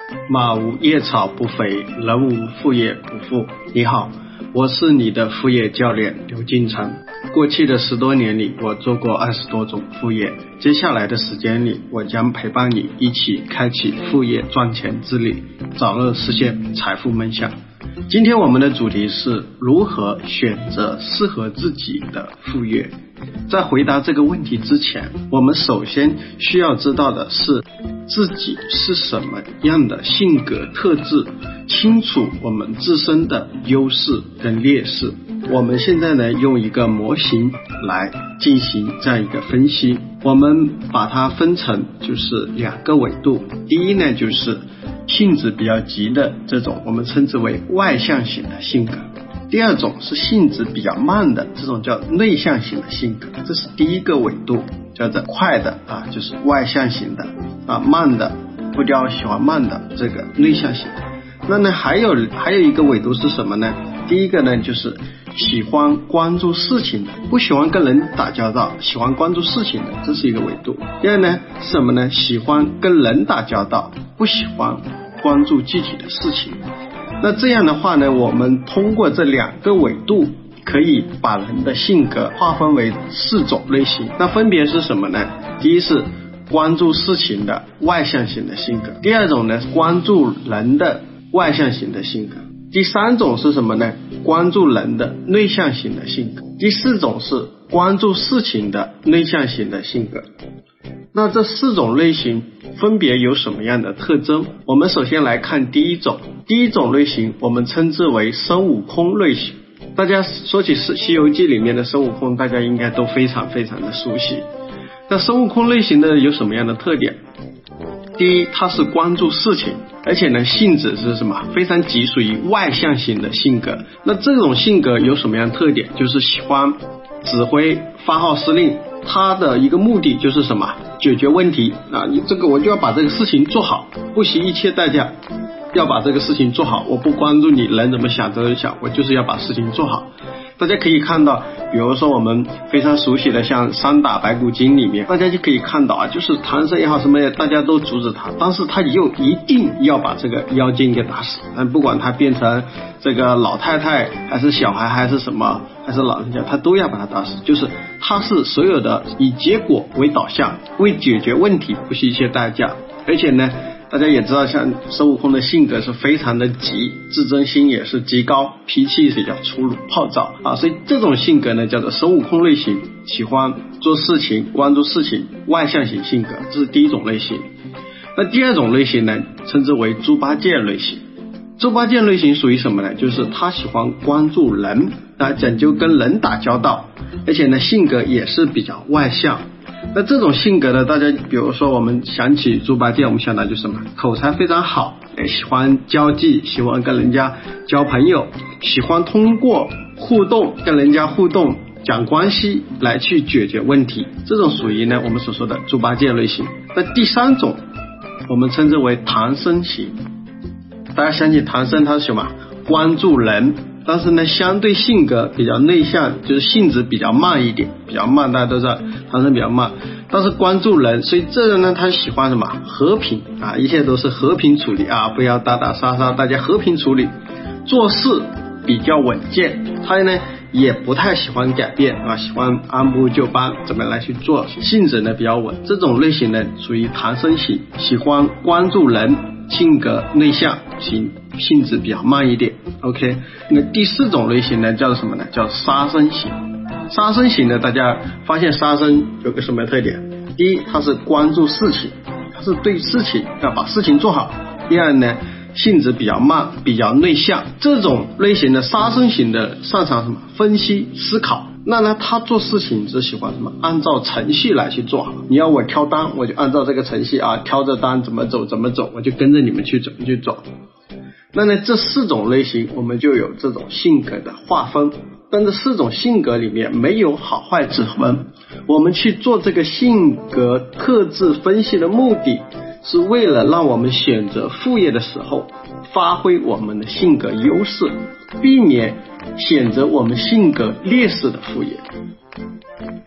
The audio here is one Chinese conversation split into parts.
马无夜草不肥，人无副业不富。你好，我是你的副业教练刘金成。过去的10多年里，我做过20多种副业，接下来的时间里，我将陪伴你一起开启副业赚钱之旅，早日实现财富梦想。今天我们的主题是如何选择适合自己的副业。在回答这个问题之前，我们首先需要知道的是自己是什么样的性格特质，清楚我们自身的优势跟劣势。我们现在呢，用一个模型来进行这样一个分析，我们把它分成就是2个维度。第一呢，就是性子比较急的这种，我们称之为外向型的性格。第二种是性子比较慢的，这种叫内向型的性格，这是第一个维度，叫做快的就是外向型的慢的步调喜欢慢的这个内向型。那呢还有一个维度是什么呢？第一个呢就是喜欢关注事情的，不喜欢跟人打交道，喜欢关注事情的，这是一个维度。第二呢是什么呢？喜欢跟人打交道，不喜欢关注具体的事情。那这样的话呢，我们通过这2个维度可以把人的性格划分为4种类型。那分别是什么呢？第一是关注事情的外向型的性格，第二种呢关注人的外向型的性格，第3种是什么呢？关注人的内向型的性格，第4种是关注事情的内向型的性格。那这4种类型分别有什么样的特征？我们首先来看第一种类型，我们称之为孙悟空类型。大家说起西游记里面的孙悟空，大家应该都非常非常的熟悉。那孙悟空类型的有什么样的特点？第一，他是关注事情，而且呢性子是什么？非常急，属于外向型的性格。那这种性格有什么样的特点？就是喜欢指挥发号施令，他的一个目的就是什么？解决问题你这个我就要把这个事情做好，不惜一切代价要把这个事情做好，我不关注你人怎么想怎么想，我就是要把事情做好。大家可以看到，比如说我们非常熟悉的像3打白骨精里面，大家就可以看到就是唐僧也好什么也大家都阻止他，但是他又一定要把这个妖精给打死，不管他变成这个老太太还是小孩还是什么还是老人家，他都要把他打死。就是他是所有的以结果为导向，为解决问题不惜一切代价。而且呢大家也知道，像孙悟空的性格是非常的急，自尊心也是极高，脾气是比较粗鲁暴躁所以这种性格呢叫做孙悟空类型，喜欢做事情关注事情，外向型性格，这是第一种类型。那第2种类型呢称之为猪八戒类型。猪八戒类型属于什么呢？就是他喜欢关注人讲究跟人打交道，而且呢性格也是比较外向。那这种性格呢，大家比如说我们想起猪八戒，我们想到就是什么？口才非常好，喜欢交际，喜欢跟人家交朋友，喜欢通过互动跟人家互动讲关系来去解决问题，这种属于呢我们所说的猪八戒类型。那第3种我们称之为唐僧型。大家想起唐僧，他是什么？关注人，但是呢相对性格比较内向，就是性子比较慢一点，比较慢，大家都知道唐僧比较慢，但是关注人，所以这人呢他喜欢什么？和平一切都是和平处理不要打打杀杀，大家和平处理。做事比较稳健，他呢也不太喜欢改变喜欢按部就班怎么来去做，性子呢比较稳。这种类型呢属于唐僧型，喜欢关注人，性格内向型，性子比较慢一点。 OK， 那第4种类型呢叫什么呢？叫杀生型。杀生型呢，大家发现杀生有个什么特点？第一，他是关注事情，他是对事情要把事情做好。第二呢，性子比较慢，比较内向。这种类型的杀生型的擅长什么？分析思考。那呢他做事情只喜欢什么？按照程序来去做好。你要我挑单，我就按照这个程序挑着单怎么走，我就跟着你们去走。那呢这4种类型我们就有这种性格的划分。但这4种性格里面没有好坏之分，我们去做这个性格特质分析的目的是为了让我们选择副业的时候发挥我们的性格优势，避免选择我们性格劣势的副业。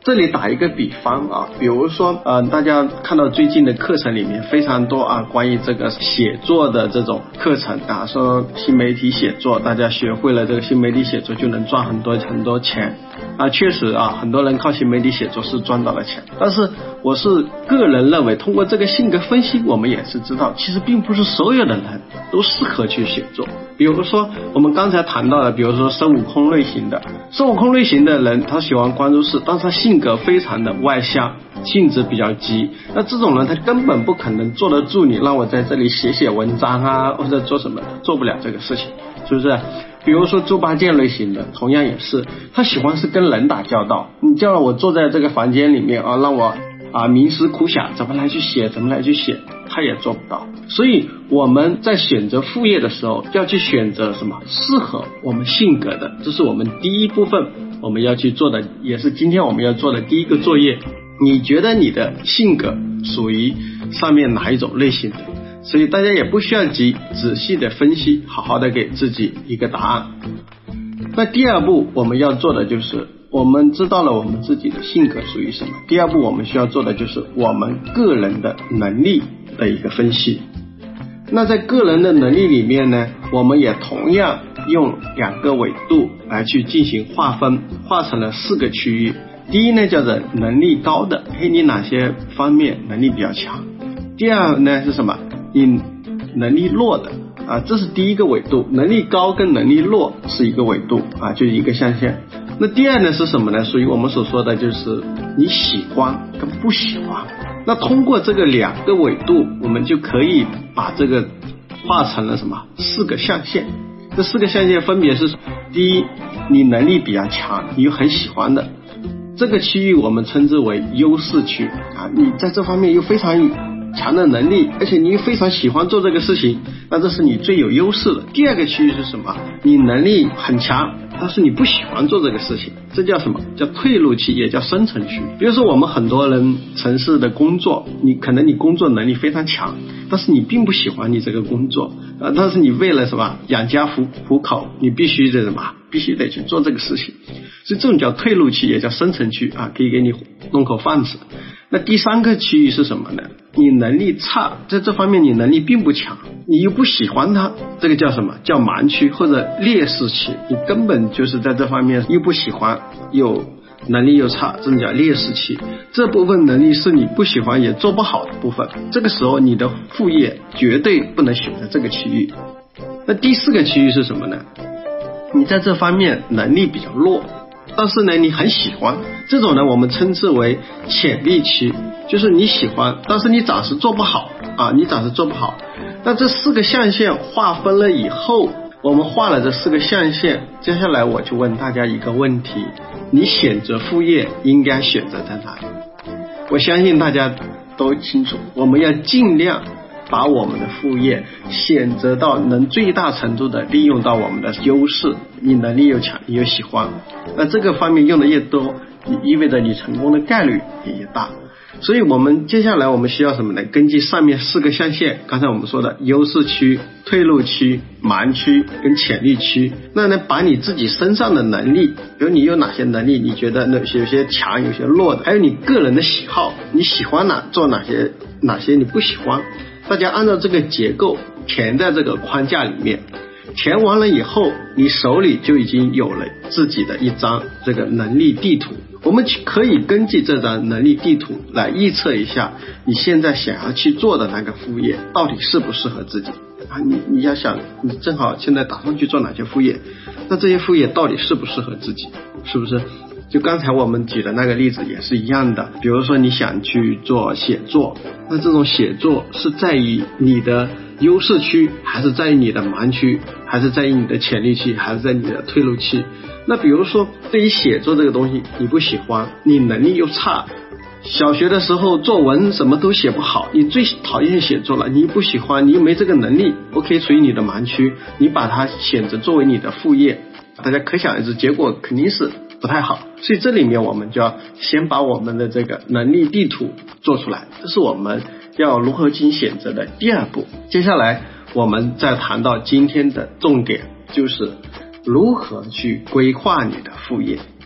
这里打一个比方啊，比如说大家看到最近的课程里面非常多啊，关于这个写作的这种课程啊，说新媒体写作，大家学会了这个新媒体写作就能赚很多钱啊，确实啊，很多人靠新媒体写作是赚到了钱，但是我是个人认为，通过这个性格分析，我们也是知道，其实并不是所有的人都适合去写作。比如说我们刚才谈到的，比如说孙悟空类型的人，他喜欢关注事，但是他性格非常的外向，性子比较急，那这种人他根本不可能坐得住你让我在这里写文章啊，或者做什么，做不了这个事情，是不是？比如说猪八戒类型的，同样也是，他喜欢是跟人打交道，你叫我坐在这个房间里面啊，让我冥思苦想怎么来去写，他也做不到。所以我们在选择副业的时候，要去选择什么适合我们性格的，这是我们第一部分我们要去做的，也是今天我们要做的第一个作业。你觉得你的性格属于上面哪一种类型的？所以大家也不需要急，仔细的分析，好好的给自己一个答案。那第二步我们要做的就是我们知道了我们自己的性格属于什么，第二步我们需要做的就是我们个人的能力的一个分析。那在个人的能力里面呢，我们也同样用2个维度来去进行划分，划成了4个区域。第一呢叫做能力高的，你哪些方面能力比较强。第二呢是什么？你能力弱的这是第一个维度，能力高跟能力弱是一个维度就是一个象限。那第二呢是什么呢？属于我们所说的就是你喜欢跟不喜欢。那通过这个2个维度，我们就可以把这个画成了什么4个象限。这4个象限分别是：第一，你能力比较强，你又很喜欢的这个区域，我们称之为优势区你在这方面又非常强的能力，而且你非常喜欢做这个事情，那这是你最有优势的。第二个区域是什么？你能力很强，但是你不喜欢做这个事情，这叫什么？叫退路期，也叫生存区。比如说我们很多人城市的工作，可能你工作能力非常强，但是你并不喜欢你这个工作但是你为了什么养家糊口，你必须得什么？必须得去做这个事情。所以这种叫退路期，也叫生存区可以给你弄口饭吃。那第3个区域是什么呢？你能力差，在这方面你能力并不强，你又不喜欢它，这个叫什么？叫盲区或者劣势期。你根本就是在这方面又不喜欢，又能力又差，这叫劣势期。这部分能力是你不喜欢也做不好的部分，这个时候你的副业绝对不能选择这个区域。那第4个区域是什么呢？你在这方面能力比较弱，但是呢你很喜欢，这种呢我们称之为潜力期，就是你喜欢，但是你暂时做不好那这4个象限划分了以后，我们画了这4个象限，接下来我就问大家一个问题：你选择副业应该选择在哪里？我相信大家都清楚，我们要尽量把我们的副业选择到能最大程度的利用到我们的优势，你能力又强，你又喜欢，那这个方面用的越多，意味着你成功的概率也越大。所以我们接下来我们需要什么呢？根据上面4个象限，刚才我们说的优势区、退路区、盲区跟潜力区，那呢把你自己身上的能力，比如你有哪些能力，你觉得有些强有些弱的，还有你个人的喜好，你喜欢做哪些你不喜欢，大家按照这个结构填在这个框架里面。填完了以后，你手里就已经有了自己的一张这个能力地图。我们可以根据这张能力地图来预测一下你现在想要去做的那个副业到底适不适合自己你要想你正好现在打算去做哪些副业，那这些副业到底适不适合自己，是不是？就刚才我们举的那个例子也是一样的，比如说你想去做写作，那这种写作是在于你的优势区，还是在于你的盲区，还是在于你的潜力期，还是在你的退路期？那比如说对于写作这个东西你不喜欢，你能力又差，小学的时候作文什么都写不好，你最讨厌写作了，你不喜欢，你又没这个能力， OK 属于你的盲区，你把它选择作为你的副业，大家可想而知结果肯定是不太好。所以这里面我们就要先把我们的这个能力地图做出来，这是我们要如何进行选择的第2步。接下来我们再谈到今天的重点，就是如何去规划你的副业。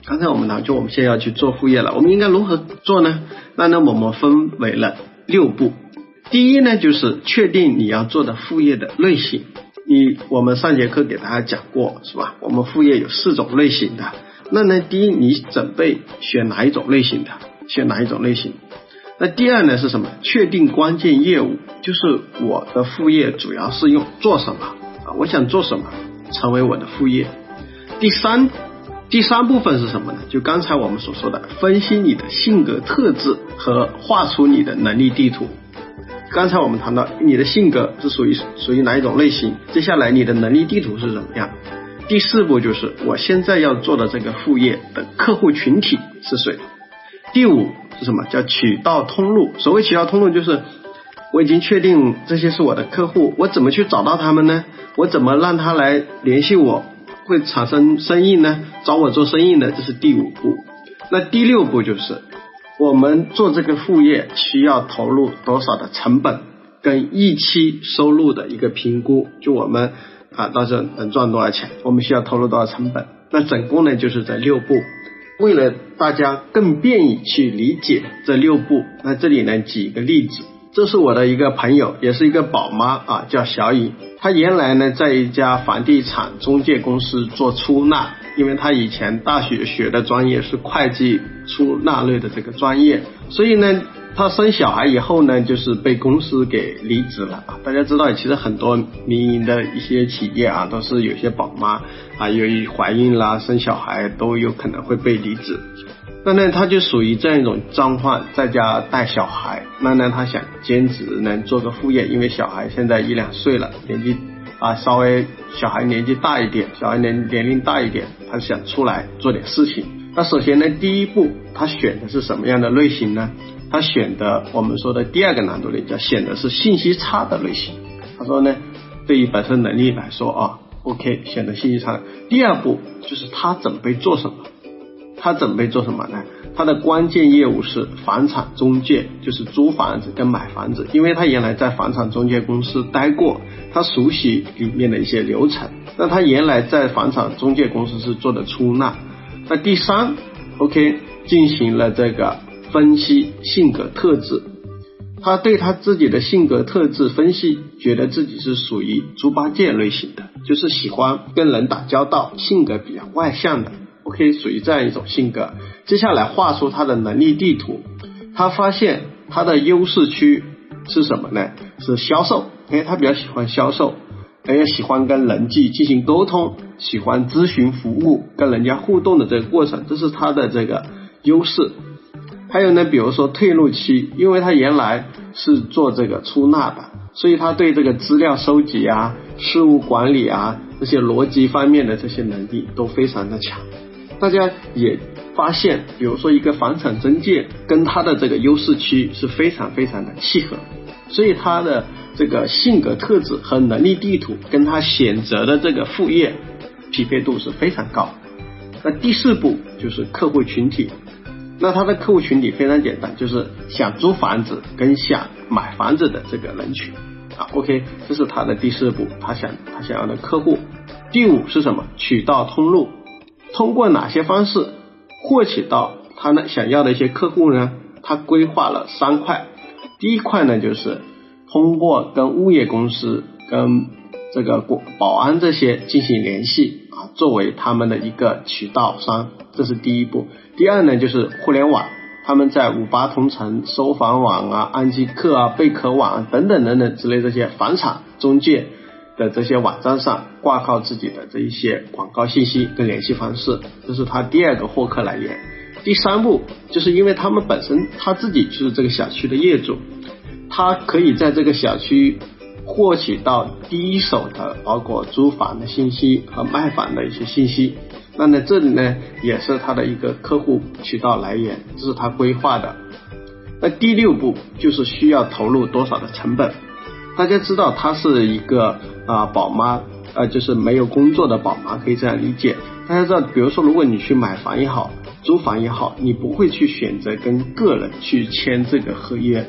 刚才我们就我们现在要去做副业了，我们应该如何做呢？那我们分为了6步。第一呢，就是确定你要做的副业的类型。我们上节课给大家讲过是吧？我们副业有4种类型的。那第一，你准备选哪一种类型的？那第二呢是什么？确定关键业务，就是我的副业主要是做什么我想做什么成为我的副业。第三部分是什么呢？就刚才我们所说的，分析你的性格特质和画出你的能力地图。刚才我们谈到你的性格是属于哪一种类型，接下来你的能力地图是怎么样。第4步就是我现在要做的这个副业的客户群体是谁。第5是什么？叫渠道通路。所谓渠道通路，就是我已经确定这些是我的客户，我怎么去找到他们呢？我怎么让他来联系我，会产生生意呢？找我做生意呢？这是第5步。那第6步就是我们做这个副业需要投入多少的成本跟预期收入的一个评估，就我们到时候能赚多少钱，我们需要投入多少成本。那总共呢就是这6步。为了大家更便于去理解这6步，那这里呢举一个例子。这是我的一个朋友，也是一个宝妈叫小颖。她原来呢在一家房地产中介公司做出纳，因为她以前大学学的专业是会计出纳类的这个专业，所以呢她生小孩以后呢就是被公司给离职了大家知道其实很多民营的一些企业都是有些宝妈由于怀孕啦生小孩都有可能会被离职。那呢他就属于这样一种状况，在家带小孩。那呢他想兼职能做个副业，因为小孩现在1-2岁了，年纪稍微小孩年纪大一点，小孩年龄大一点，他想出来做点事情。那首先呢第一步他选的是什么样的类型呢？他选的我们说的第2个难度类叫选的是信息差的类型。他说呢对于本身能力来说OK 选择信息差的。第2步就是他准备做什么呢？他的关键业务是房产中介，就是租房子跟买房子，因为他原来在房产中介公司待过，他熟悉里面的一些流程。那他原来在房产中介公司是做的出纳。那第3 OK 进行了这个分析性格特质，他对他自己的性格特质分析，觉得自己是属于猪八戒类型的，就是喜欢跟人打交道，性格比较外向的OK 属于这样一种性格。接下来画出他的能力地图，他发现他的优势区是什么呢？是销售。他比较喜欢销售，也喜欢跟人际进行沟通，喜欢咨询服务，跟人家互动的这个过程，这是他的这个优势。还有呢比如说退路期，因为他原来是做这个出纳的，所以他对这个资料收集事务管理这些逻辑方面的这些能力都非常的强。大家也发现比如说一个房产中介跟他的这个优势区是非常非常的契合，所以他的这个性格特质和能力地图跟他选择的这个副业匹配度是非常高。那第4步就是客户群体。那他的客户群体非常简单，就是想租房子跟想买房子的这个人群OK 这是他的第4步，他想要的客户。第5是什么？渠道通路。通过哪些方式获取到他想要的一些客户呢？他规划了3块。第1块呢就是通过跟物业公司跟这个保安这些进行联系作为他们的一个渠道商，这是第1步。第2呢就是互联网，他们在58同城、搜房网安居客贝壳网等等之类这些房产中介的这些网站上挂靠自己的这一些广告信息跟联系方式，这是他第2个获客来源。第3步就是因为他们本身他自己就是这个小区的业主，他可以在这个小区获取到第一手的包括租房的信息和卖房的一些信息。那呢这里呢也是他的一个客户渠道来源，这是他规划的。那第6步就是需要投入多少的成本。大家知道他是一个宝妈就是没有工作的宝妈，可以这样理解。大家知道比如说如果你去买房也好租房也好，你不会去选择跟个人去签这个合约，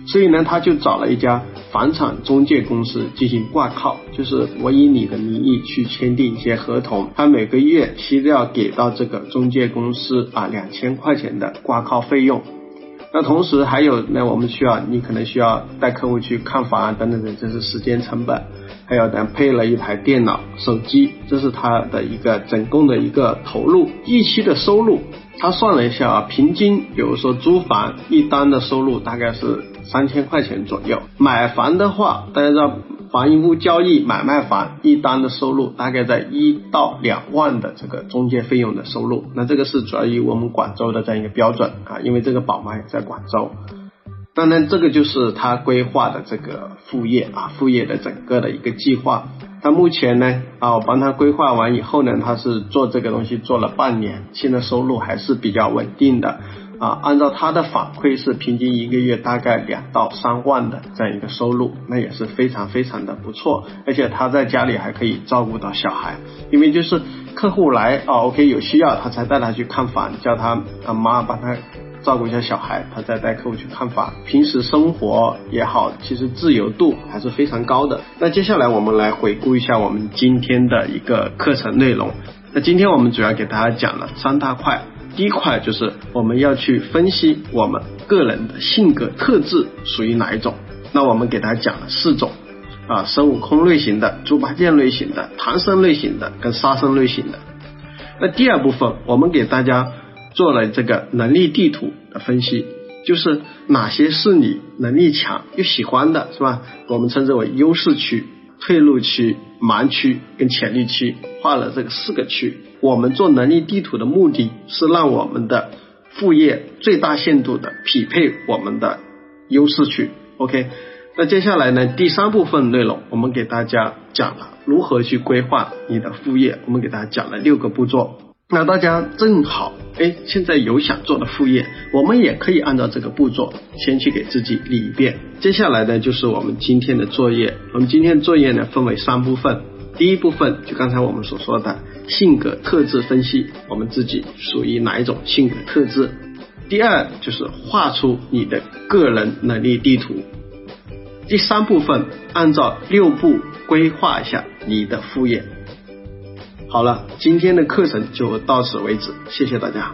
所以呢，他就找了一家房产中介公司进行挂靠，就是我以你的名义去签订一些合同，他每个月需要给到这个中介公司2000块钱的挂靠费用。那同时还有呢，你可能需要带客户去看房等等的，这是时间成本，还有呢配了一台电脑、手机，这是他的一个总共的一个投入。一期的收入他算了一下平均比如说租房一单的收入大概是3000块钱左右，买房的话大家知道房屋交易买卖房一单的收入大概在1到2万的这个中介费用的收入，那这个是主要于我们广州的这样一个标准因为这个宝妈也在广州。当然这个就是他规划的这个副业副业的整个的一个计划。他目前呢我帮他规划完以后呢，他是做这个东西做了半年，现在收入还是比较稳定的按照他的反馈是平均一个月大概2到3万的这样一个收入，那也是非常非常的不错。而且他在家里还可以照顾到小孩，因为就是客户来OK 有需要他才带他去看房，叫他妈帮他照顾一下小孩，他再带客户去看房。平时生活也好，其实自由度还是非常高的。那接下来我们来回顾一下我们今天的一个课程内容。那今天我们主要给大家讲了3大块。第一块就是我们要去分析我们个人的性格特质属于哪一种，那我们给大家讲了4种孙悟空类型的、猪八戒类型的、唐僧类型的跟沙僧类型的。那第二部分我们给大家做了这个能力地图的分析，就是哪些是你能力强又喜欢的，是吧？我们称之为优势区、退路区、盲区跟潜力区，画了这个4个区。我们做能力地图的目的是让我们的副业最大限度的匹配我们的优势区。 OK， 那接下来呢，第3部分内容我们给大家讲了如何去规划你的副业，我们给大家讲了6个步骤。那大家正好现在有想做的副业，我们也可以按照这个步骤先去给自己理一遍。接下来呢就是我们今天的作业，我们今天的作业呢分为3部分。第一部分就刚才我们所说的性格特质分析，我们自己属于哪一种性格特质。第二就是画出你的个人能力地图。第3部分按照6步规划一下你的副业。好了，今天的课程就到此为止，谢谢大家。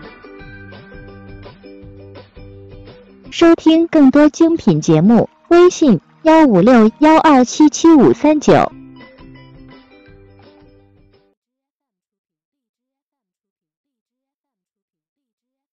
收听更多精品节目，微信15612777539。